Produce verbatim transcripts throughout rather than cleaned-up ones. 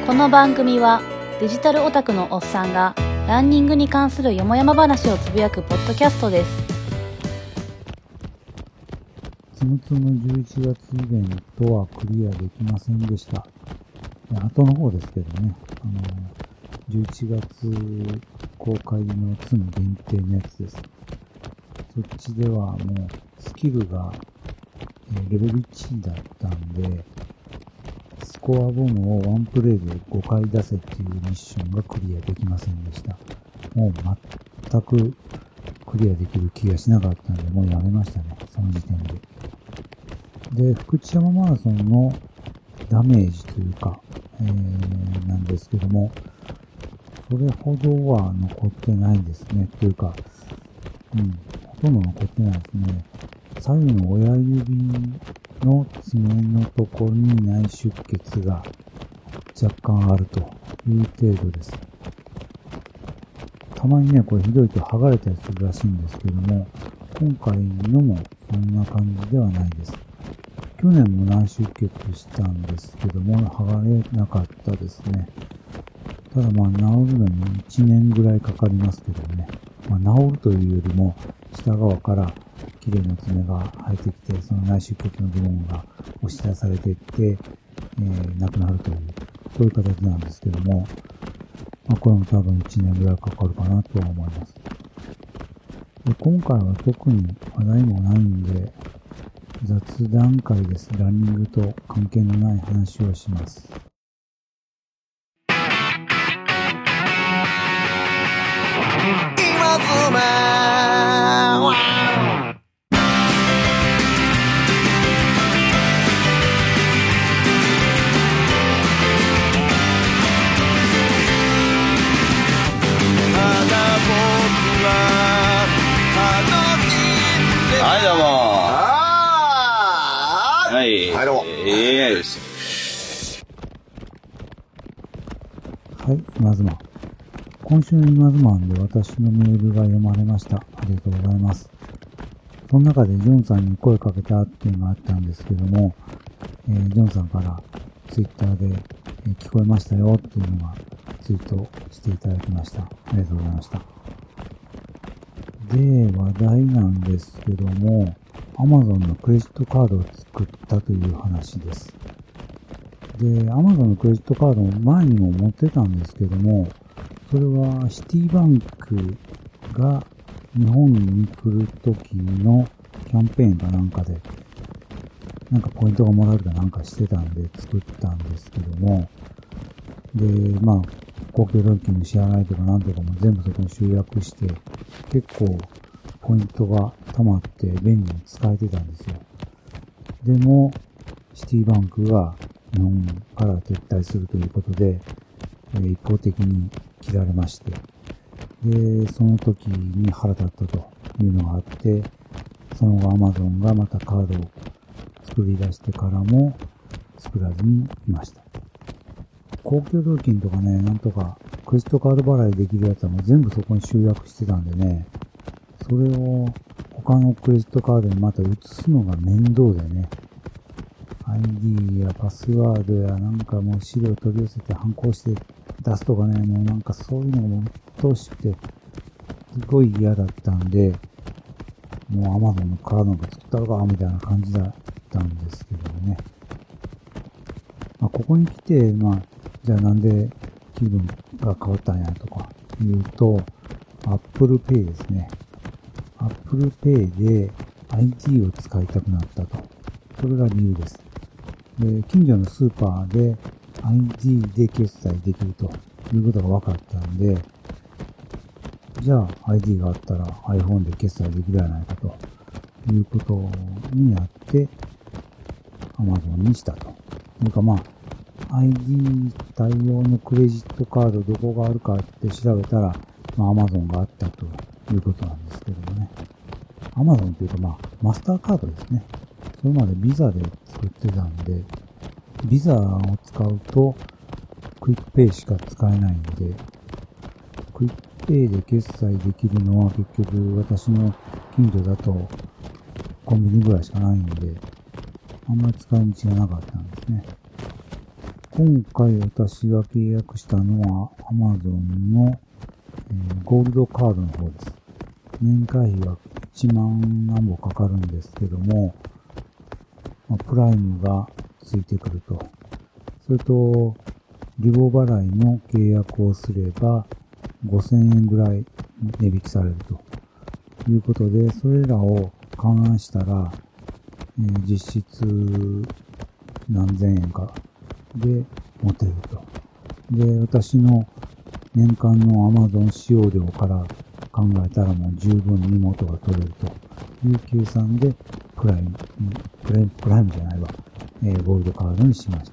この番組はデジタルオタクのおっさんがランニングに関するよもやま話をつぶやくポッドキャストです。 つむつむのじゅういちがつイベントはクリアできませんでした。後の方ですけどね、あのじゅういちがつ公開のつむ限定のやつです。そっちではもうスキルがレベルいちだったんで、スコアボムをワンプレイでごかい出せっていうミッションがクリアできませんでした。もう全くクリアできる気がしなかったんで、もうやめましたね、その時点で。で、福知山マラソンのダメージというか、えー、なんですけども、それほどは残ってないですね。というか、うん、ほとんど残ってないですね。左右の親指の爪のところに内出血が若干あるという程度です。たまにね、これひどいと剥がれたりするらしいんですけども、今回のもそんな感じではないです。去年も内出血したんですけども、剥がれなかったですね。ただまあ治るのにいちねんぐらいかかりますけどね。まあ、治るというよりも下側から綺麗な爪が生えてきて、その内出血の部分が押し出されていって、えー、なくなるという、そういう形なんですけども、まあ、これも多分いちねんぐらいかかるかなとは思います。で、今回は特に話題もないんで、雑談会です。ランニングと関係のない話をします。今ズマはい、どうも。はい。 はい、どうも。 ええー、 はい、今ズマ。今週の今ズマンで私のメールが読まれました。ありがとうございます。その中でジョンさんに声かけたっていうのがあったんですけども、えー、ジョンさんからツイッターで、えー、聞こえましたよっていうのがツイートしていただきました。ありがとうございました。で、話題なんですけども、Amazon のクレジットカードを作ったという話です。で、Amazon のクレジットカードも前にも持ってたんですけども、それはシティバンクが日本に来るときのキャンペーンかなんかで、なんかポイントがもらえるかなんかしてたんで作ったんですけども、で、まあ、公共料金の支払いとかなんとかも全部そこに集約して、結構ポイントが溜まって便利に使えてたんですよ。でも、シティバンクが日本から撤退するということで、えー、一方的に切られまして、で、その時に腹立ったというのがあって、その後 Amazon がまたカードを作り出してからも作らずにいました。公共料金とかね、なんとかクレジットカード払いできるやつはもう全部そこに集約してたんでね、それを他のクレジットカードにまた移すのが面倒でね、アイディー やパスワードやなんかもう資料取り寄せて反抗して出すとかね、もうなんかそういうのがもう鬱陶しくて、すごい嫌だったんで、もう Amazon のカードなんか作ったのかみたいな感じだったんですけどね。まあ、ここに来て、まあ、じゃあなんで気分が変わったんやとか言うと、Apple Pay ですね。Apple Pay で アイディー を使いたくなったと。それが理由です。で、近所のスーパーで アイディー で決済できるということが分かったんで、じゃあ アイディー があったら iPhone で決済できるじゃないかということになって Amazon にしたと。いうかまあ アイディー 対応のクレジットカードどこがあるかって調べたら、まあ Amazon があったということなんですけどもね。Amazon というかまあマスターカードですね。それまでビザで作ってたんで、ビザを使うとクイックペイしか使えないんで、クイックペイで決済できるのは結局私の近所だとコンビニぐらいしかないんで、あんまり使い道がなかったんですね。 今回私が契約したのは Amazon の、えー、ゴールドカードの方です。年会費がいちまんなんぼかかるんですけども、まあ、プライムがついてくると。それと、リボ払いの契約をすればごせんえんぐらい値引きされるということで、それらを勘案したら、えー、実質何千円かで持てると。で、私の年間の Amazon 使用量から考えたらもう十分に元が取れるという計算で、プライム、プライム、プライムじゃないわ、えー、ゴールドカードにしました。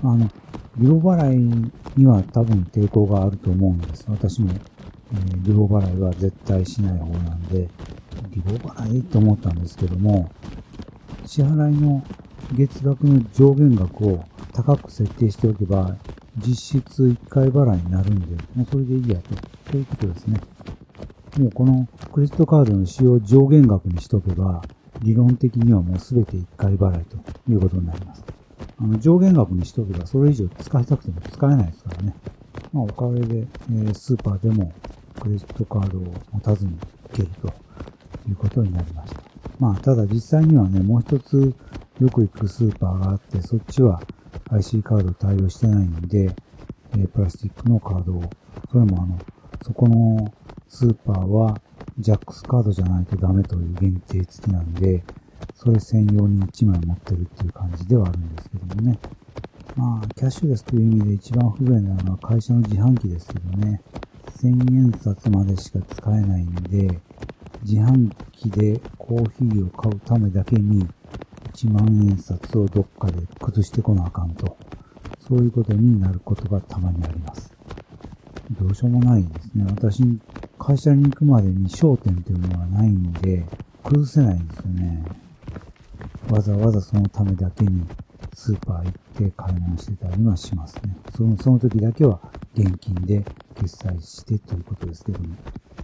あの、リボ払いには多分抵抗があると思うんです。私も、えー、リボ払いは絶対しない方なんで、リボ払いと思ったんですけども、支払いの月額の上限額を高く設定しておけば、実質いっかい払いになるんで、もうそれでいいやと。そういうことですね。もうこのクレジットカードの使用上限額にしとけば、理論的にはもうすべていっかい払いということになります。あの上限額にしとけばそれ以上使いたくても使えないですからね。まあおかげで、えー、スーパーでもクレジットカードを持たずに行けるということになりました。まあただ実際にはね、もう一つよく行くスーパーがあって、そっちは アイシー カード対応してないんで、えー、プラスチックのカードを、それもあの、そこのスーパーは ジャックス カードじゃないとダメという限定付きなんで、それ専用にいちまい持ってるっていう感じではあるんですけどもね。まあ、キャッシュレスという意味で一番不便なのは会社の自販機ですけどね。せんえん札までしか使えないんで、自販機でコーヒーを買うためだけにいちまんえん札をどっかで崩してこなあかんと。そういうことになることがたまにあります。どうしようもないですね。私、会社に行くまでに商店というのがないんで、崩せないんですよね。わざわざそのためだけにスーパー行って買い物してたりはしますね。その、その時だけは現金で決済してということですけども。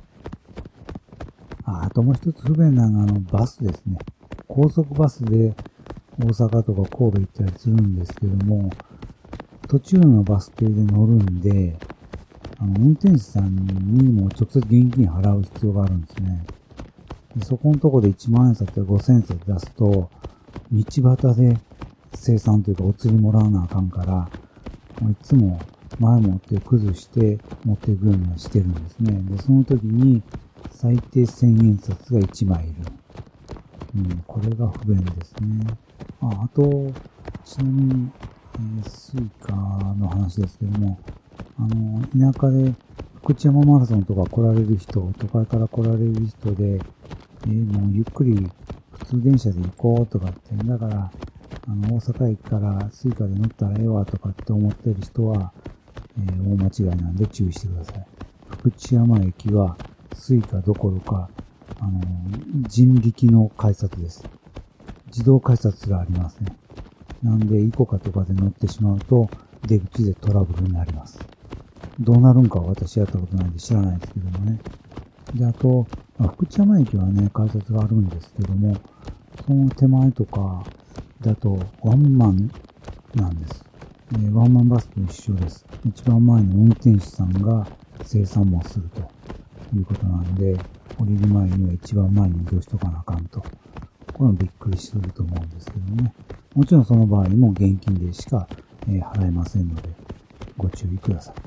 あ、あともう一つ不便なのがあのバスですね。高速バスで大阪とか神戸行ったりするんですけども、途中のバス停で乗るんで、あの運転手さんにも直接現金払う必要があるんですね。でそこのとこでいちまんえん札やごせんえん札出すと、道端で生産というかお釣りもらわなあかんから、いつも前もって崩して持っていくようにはしてるんですね。で、その時に最低せんえん札がいちまいいる。うん、これが不便ですね。あ、あと、ちなみに、えー、スイカの話ですけども、あの、田舎で福知山マラソンとか来られる人、都会から来られる人で、えー、もうゆっくり普通電車で行こうとかって、だから、あの、大阪駅からスイカで乗ったらええわとかって思ってる人は、えー、大間違いなんで注意してください。福知山駅はスイカどころか、あの、人力の改札です。自動改札がありません。なんで、イコカとかで乗ってしまうと、出口でトラブルになります。どうなるんかは私やったことないんで知らないですけどもね。で、あと、まあ、福知山駅はね、改札があるんですけども、その手前とかだとワンマンなんです。えー、ワンマンバスと一緒です。一番前の運転手さんが生産もするということなんで、降りる前には一番前に移動しとかなあかんと。これもびっくりすると思うんですけどね。もちろんその場合も現金でしか、えー、払えませんので、ご注意ください。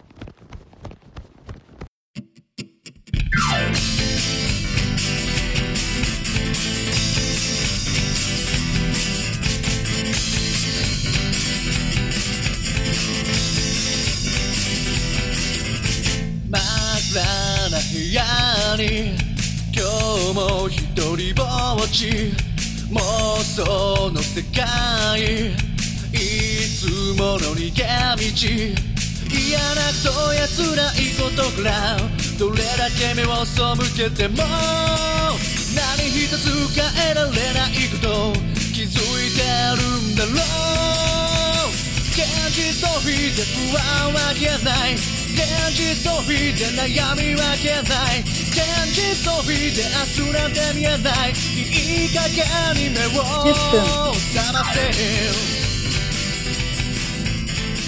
真っ暗な部屋に今日も一人ぼっち妄想の世界いつもの逃げ道嫌なことや辛いことからどれだけ目を背けても何一つ変えられないこと気づいてるんだろう現実逃避で不安は消えない現実逃避で悩みは消えない現実逃避で明日なんて見えないいい加減に目を覚ませ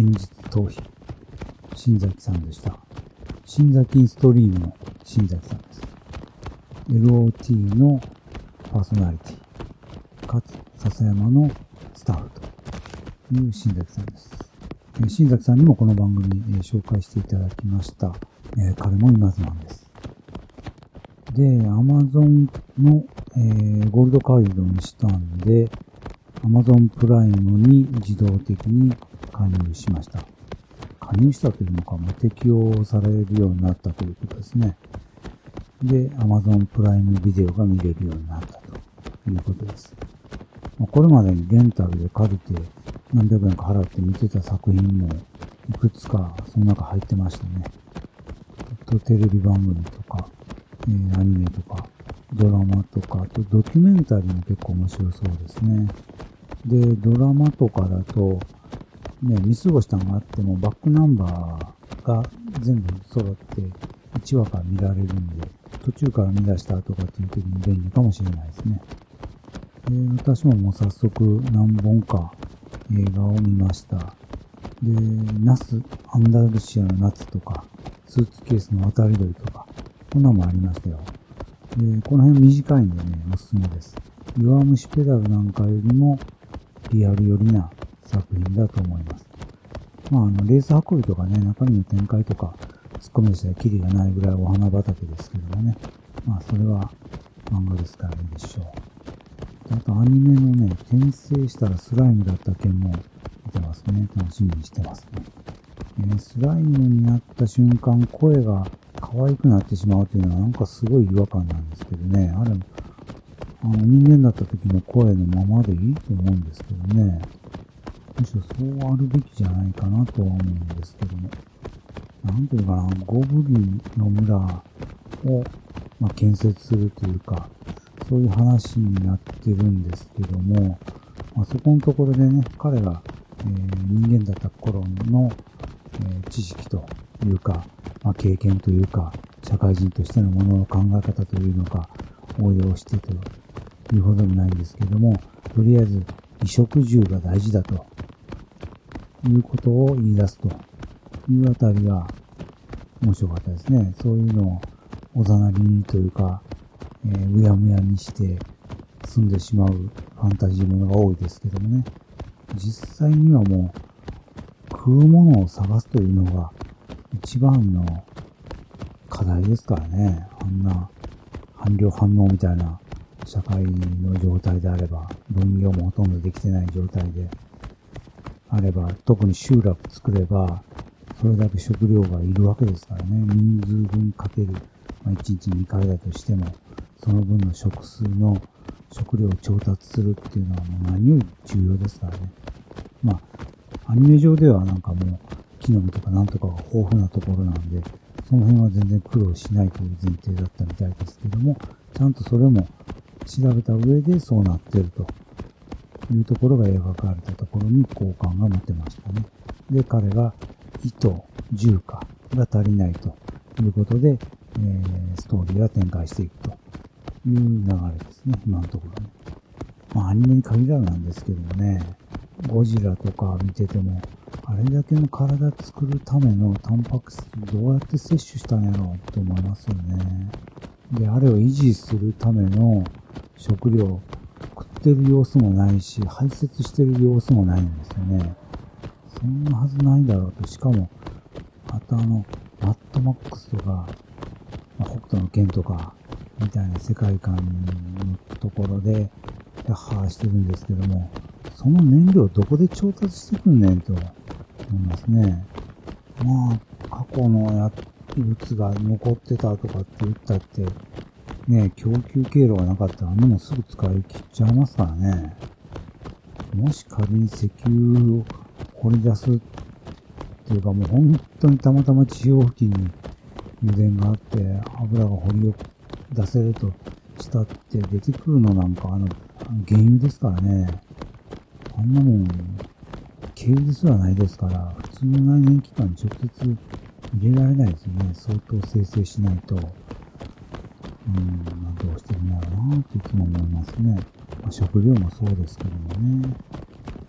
現実逃避。新崎さんでした。新崎インストリームの新崎さんです。エルオーティー のパーソナリティ、かつ笹山のスタッフという新崎さんです。えー、新崎さんにもこの番組、えー、紹介していただきました。えー、彼も今津なんです。で、Amazon の、えー、ゴールドカードにしたんで、Amazon プライムに自動的に加入しました。加入したというのか、もう適用されるようになったということですね。で、Amazon プライムビデオが見れるようになったということです。これまでにレンタルで借りて何百円か払って見てた作品もいくつかその中入ってましたね。とテレビ番組とか、えー、アニメとか、ドラマとか、あとドキュメンタリーも結構面白そうですね。で、ドラマとかだと、ね、見過ごしたのがあってもバックナンバーが全部揃っていちわから見られるんで、途中から見出したとかっていう時に便利かもしれないですね。で、私ももう早速何本か映画を見ました。で、ナス、アンダルシアの夏とか、スーツケースの渡り鳥とか、こんなのもありましたよ。で、この辺短いんでね、おすすめです。弱虫ペダルなんかよりもリアル寄りな作品だと思います。まあ、あの、レース運びとかね、中身の展開とか、突っ込みでしたらキリがないぐらいお花畑ですけどもね。まあ、それは漫画ですからいいでしょう。あと、アニメのね、転生したらスライムだった件も見てますね。楽しみにしてますね。えー、スライムになった瞬間、声が可愛くなってしまうというのはなんかすごい違和感なんですけどね。あれ、あの人間だった時の声のままでいいと思うんですけどね。むしろそうあるべきじゃないかなとは思うんですけども。なんていうかな、ゴブリンの村を、まあ、建設するというか、そういう話になってるんですけども、まあ、そこのところでね、彼が、えー、人間だった頃の、えー、知識というか、まあ、経験というか、社会人としてのものの考え方というのか、応用してというほどもないんですけども、とりあえず、衣食住が大事だということを言い出すというあたりが面白かったですね。そういうのをおざなりにというか、えー、うやむやにして住んでしまうファンタジーものが多いですけどもね。実際にはもう食うものを探すというのが一番の課題ですからね。あんな反量反応みたいな社会の状態であれば、分業もほとんどできてない状態であれば、特に集落作れば、それだけ食料がいるわけですからね。人数分かける、まあ、いちにちにかいだとしても、その分の食数の食料を調達するっていうのはもう何より重要ですからね。まあ、アニメ上ではなんかもう、木の実とかなんとかが豊富なところなんで、その辺は全然苦労しないという前提だったみたいですけども、ちゃんとそれも調べた上でそうなっているというところが描かれたところに好感が持てましたね。で、彼が糸、重化が足りないということで、えー、ストーリーが展開していくという流れですね、今のところね。まあアニメに限らずなんですけどもね、ゴジラとか見てても、あれだけの体作るためのタンパク質どうやって摂取したんやろうと思いますよね。で、あれを維持するための食料、食ってる様子もないし、排泄してる様子もないんですよね。そんなはずないだろうと。しかも、あとあの、マッドマックスとか、まあ、北斗の拳とか、みたいな世界観のところで、ヤッハーしてるんですけども、その燃料どこで調達してくんねんと思いますね。まあ、過去のや、異物が残ってたとかって言ったって、ね、供給経路がなかったらあんなもんすぐ使い切っちゃいますからね。もし仮に石油を掘り出すっていうかもう本当にたまたま地表付近に油田があって油が掘り出せるとしたって出てくるのなんかあの原油ですからね。あんなもん軽油ですらないですから普通の内燃機関に直接入れられないですよね。相当生成しないと。うん、まあ、どうしてるんやろうなっていつも思いますね。まあ、食料もそうですけどもね。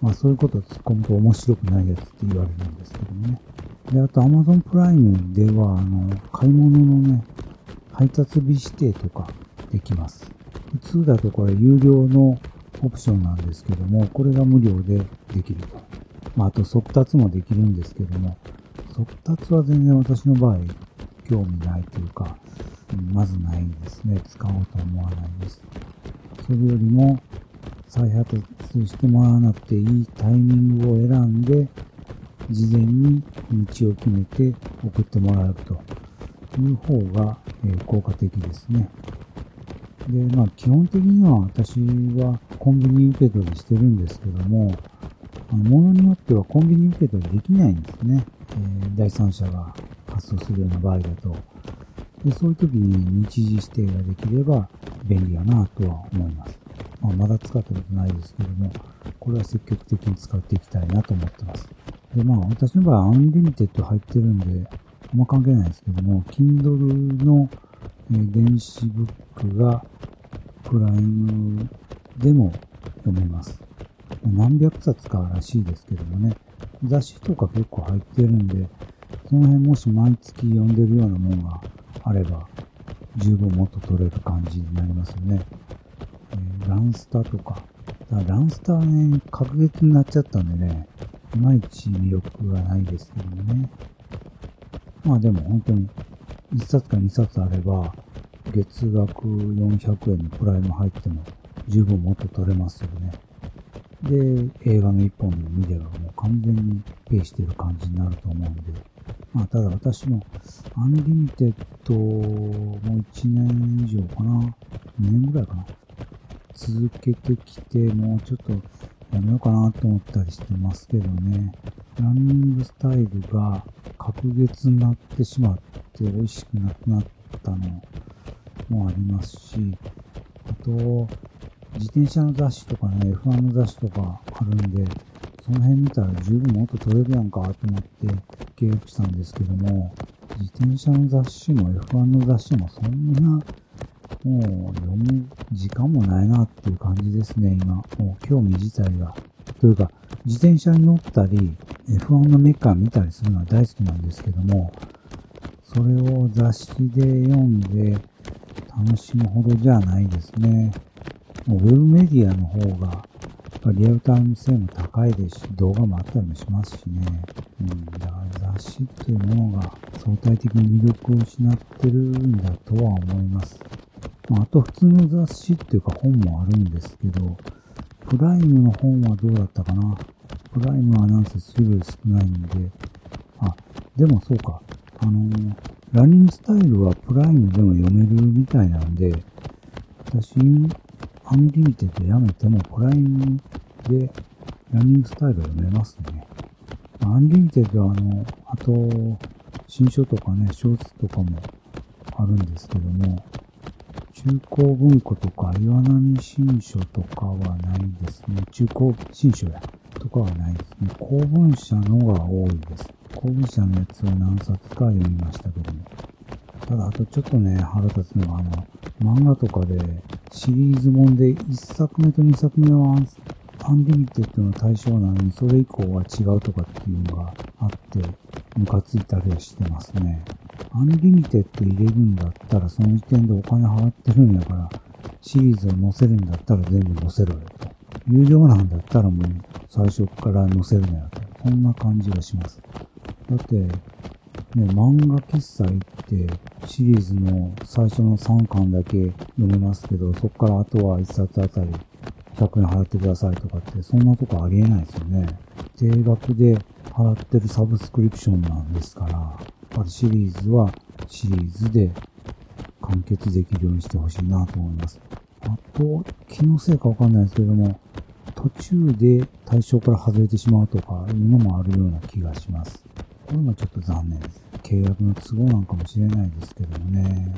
まあそういうことを突っ込むと面白くないやつって言われるんですけどもね。で、あと Amazon プライムでは、あの、買い物のね、配達日指定とかできます。普通だとこれ有料のオプションなんですけども、これが無料でできると。まああと速達もできるんですけども、速達は全然私の場合興味ないというか、うん、まずないんですね。使おうと思わないです。それよりも再配達してもらわなくていいタイミングを選んで、事前に道を決めて送ってもらうという方が、えー、効果的ですね。で、まあ基本的には私はコンビニ受け取りしてるんですけども、あの物によってはコンビニ受け取りできないんですね。えー、第三者が発送するような場合だと。で、そういう時に日時指定ができれば便利やなとは思います。まあ、まだ使ったことないですけども、これは積極的に使っていきたいなと思ってます。で、まあ私の場合アンリミテッド入ってるんで、あんま関係ないですけども、Kindle の、えー、電子ブックがプライムでも読めます。何百冊からしいですけどもね、雑誌とか結構入ってるんで、その辺もし毎月読んでるようなものがあれば、十分もっと取れる感じになりますよね。えー、ランスタとか。だからランスタはね、隔月になっちゃったんでね、いまいち魅力がないですけどもね。まあでも本当にいっさつかにさつあれば、月額よんひゃくえんのプライム入っても十分もっと取れますよね。で、映画の一本で見ればもう完全にペイしてる感じになると思うんで。まあただ私もアンリミテッドもいちねん以上かな、にねんぐらいかな。続けてきて、もうちょっとやめようかなと思ったりしてますけどね。ランニングスタイルが隔月になってしまって美味しくなくなったのもありますし、あと、自転車の雑誌とかね、エフワン の雑誌とかあるんで、その辺見たら十分もっと取れるやんかと思って契約したんですけども、自転車の雑誌も エフワン の雑誌もそんな、もう読む時間もないなっていう感じですね、今。もう興味自体が。というか、自転車に乗ったり、エフワン のメッカ見たりするのは大好きなんですけども、それを雑誌で読んで楽しむほどじゃないですね。もうウェブメディアの方が、リアルタイム性も高いですし、動画もあったりもしますしね。うん、だから雑誌っていうものが相対的に魅力を失ってるんだとは思います。まあ、あと普通の雑誌っていうか本もあるんですけど、プライムの本はどうだったかな。プライムはなんせ種類少ないんで、あ、でもそうか。あのー、ランニングスタイルはプライムでも読めるみたいなんで、私、アンリミテッドやめてもプライムでランニングスタイルを読めますね。アンリミテッドはあの、あと、新書とかね、小説とかもあるんですけども、中高文庫とか岩波新書とかはないですね。中高新書や、とかはないですね。公文社のが多いです。公文社のやつは何冊か読みましたけども。ただ、あとちょっとね、腹立つのが、あの、漫画とかで、シリーズもんでいっさくめとにさくめはアンリミテッドの対象なのに、それ以降は違うとかっていうのがあって、ムカついたりはしてますね。アンリミテッド入れるんだったら、その時点でお金払ってるんやから、シリーズを載せるんだったら全部載せろよと。有料なんだったらもう最初から載せるなよと。そんな感じがします。だって、ね、漫画喫茶行ってシリーズの最初のさんかんだけ読めますけど、そこからあとはいっさつあたりひゃくえん払ってくださいとかって、そんなとこありえないですよね。定額で払ってるサブスクリプションなんですから、やっぱりシリーズはシリーズで完結できるようにしてほしいなと思います。あと、気のせいかわかんないですけども、途中で対象から外れてしまうとかいうのもあるような気がします。これもちょっと残念です。契約の都合なんかもしれないですけどもね。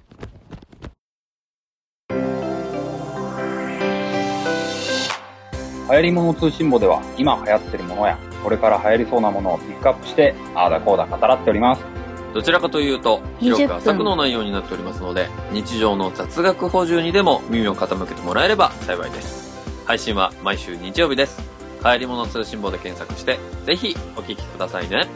流行り物通信簿では今流行ってるものやこれから流行りそうなものをピックアップしてああだこうだ語らっております。 どちらかというと広く浅くの内容になっておりますので、日常の雑学補充にでも耳を傾けてもらえれば幸いです。配信は毎週日曜日です。 流行り物通信簿で検索して、ぜひお聞きくださいね。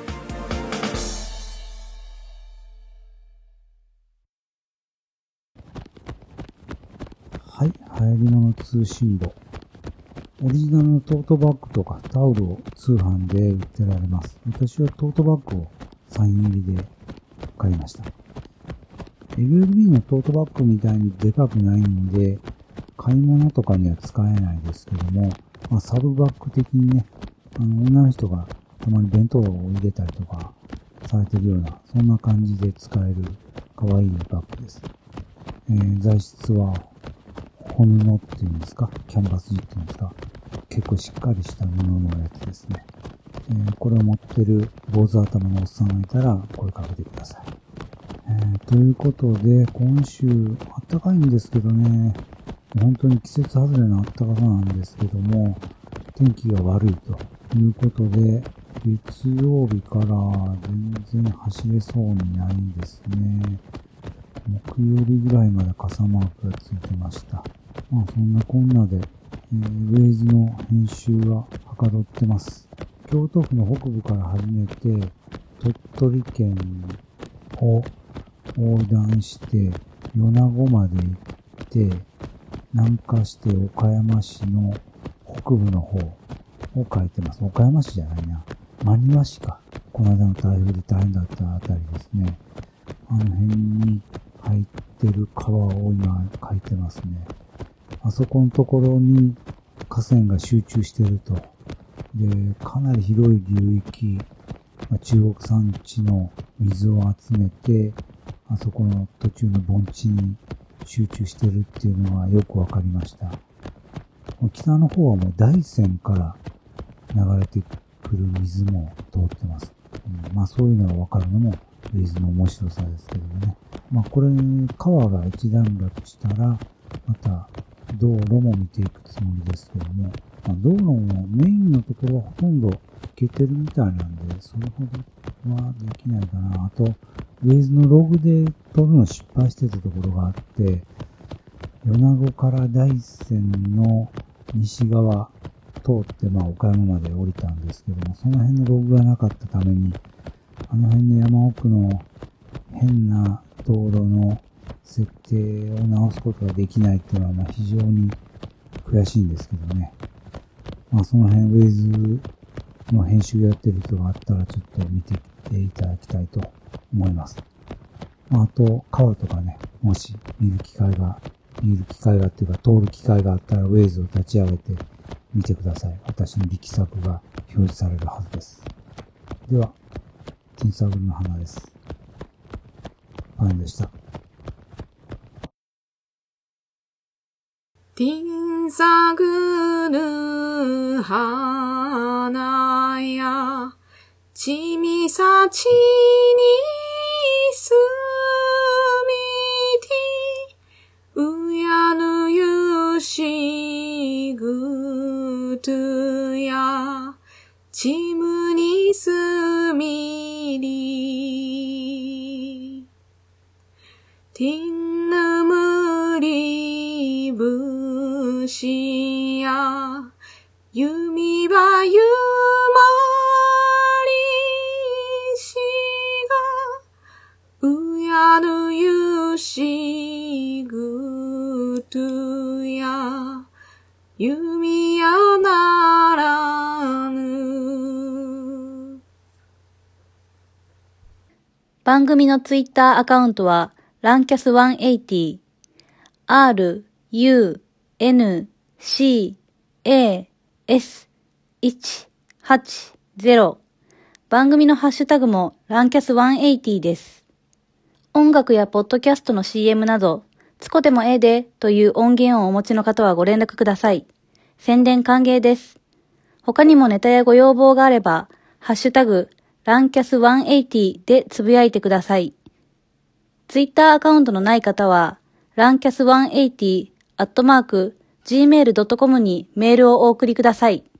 はい、流行り物通信簿。オリジナルのトートバッグとかタオルを通販で売ってられます。私はトートバッグをサイン入りで買いました。エルエルビー のトートバッグみたいにでかくないんで、買い物とかには使えないですけども、まあ、サブバッグ的にね、あの、女の人がたまに弁当を入れたりとかされてるような、そんな感じで使える可愛いバッグです。えー、材質は、本布っていうんですか、キャンバス地っていうんですか、結構しっかりした布のやつですね。えー、これを持ってる坊主頭のおっさんがいたら声かけてください。えー、ということで、今週、あったかいんですけどね、本当に季節外れのあったかさなんですけども、天気が悪いということで、月曜日から全然走れそうにないですね。木曜日ぐらいまで傘マークがついてました。まあそんなこんなで、えー、ウェイズの編集がはかどってます。京都府の北部から始めて、鳥取県を横断して、米子まで行って、南下して岡山市の北部の方を書いてます。岡山市じゃないな。真庭市か。この間の台風で大変だったあたりですね。あの辺に入ってる川を今書いてますね。あそこのところに河川が集中してると。で、かなり広い流域、まあ、中国山地の水を集めて、あそこの途中の盆地に集中してるっていうのがよくわかりました。北の方はもう大山から流れてくる水も通ってます。うん、まあそういうのがわかるのもウェイズの面白さですけどね。まあこれ、川が一段落したら、また道路も見ていくつもりですけども、まあ、道路もメインのところはほとんど行けてるみたいなんで、それほどはできないかな。あと、ウェイズのログで撮るの失敗してたところがあって、米子から大山の西側通って、まあ岡山まで降りたんですけども、その辺のログがなかったために、あの辺の山奥の変な道路の設定を直すことができないっていうのは、まあ非常に悔しいんですけどね。まあその辺、ウェイズの編集やってる人があったらちょっと見ていただきたいと思います。まああと、川とかね、もし見る機会が、見る機会がっていうか通る機会があったらウェイズを立ち上げてみてください。私の力作が表示されるはずです。では、ティンサーブルの花です。パンでした。 ティンサグル花やちみさちにすみてうやぬゆしぐとやちむにすみりティンヌムリブシや弓はゆまりしがうやぬゆしぐとや弓やならぬ。 番組のツイッターアカウントはランキャスひゃくはちじゅう、R、U、N、C、A、S、いち、はち、ゼロ。番組のハッシュタグもランキャスひゃくはちじゅうです。音楽やポッドキャストの シーエム など、つこでもええでという音源をお持ちの方はご連絡ください。宣伝歓迎です。他にもネタやご要望があれば、ハッシュタグ、ランキャスひゃくはちじゅうでつぶやいてください。ツイッターアカウントのない方は、ランキャスひゃくはちじゅうアットマーク、ジーメールドットコム にメールをお送りください。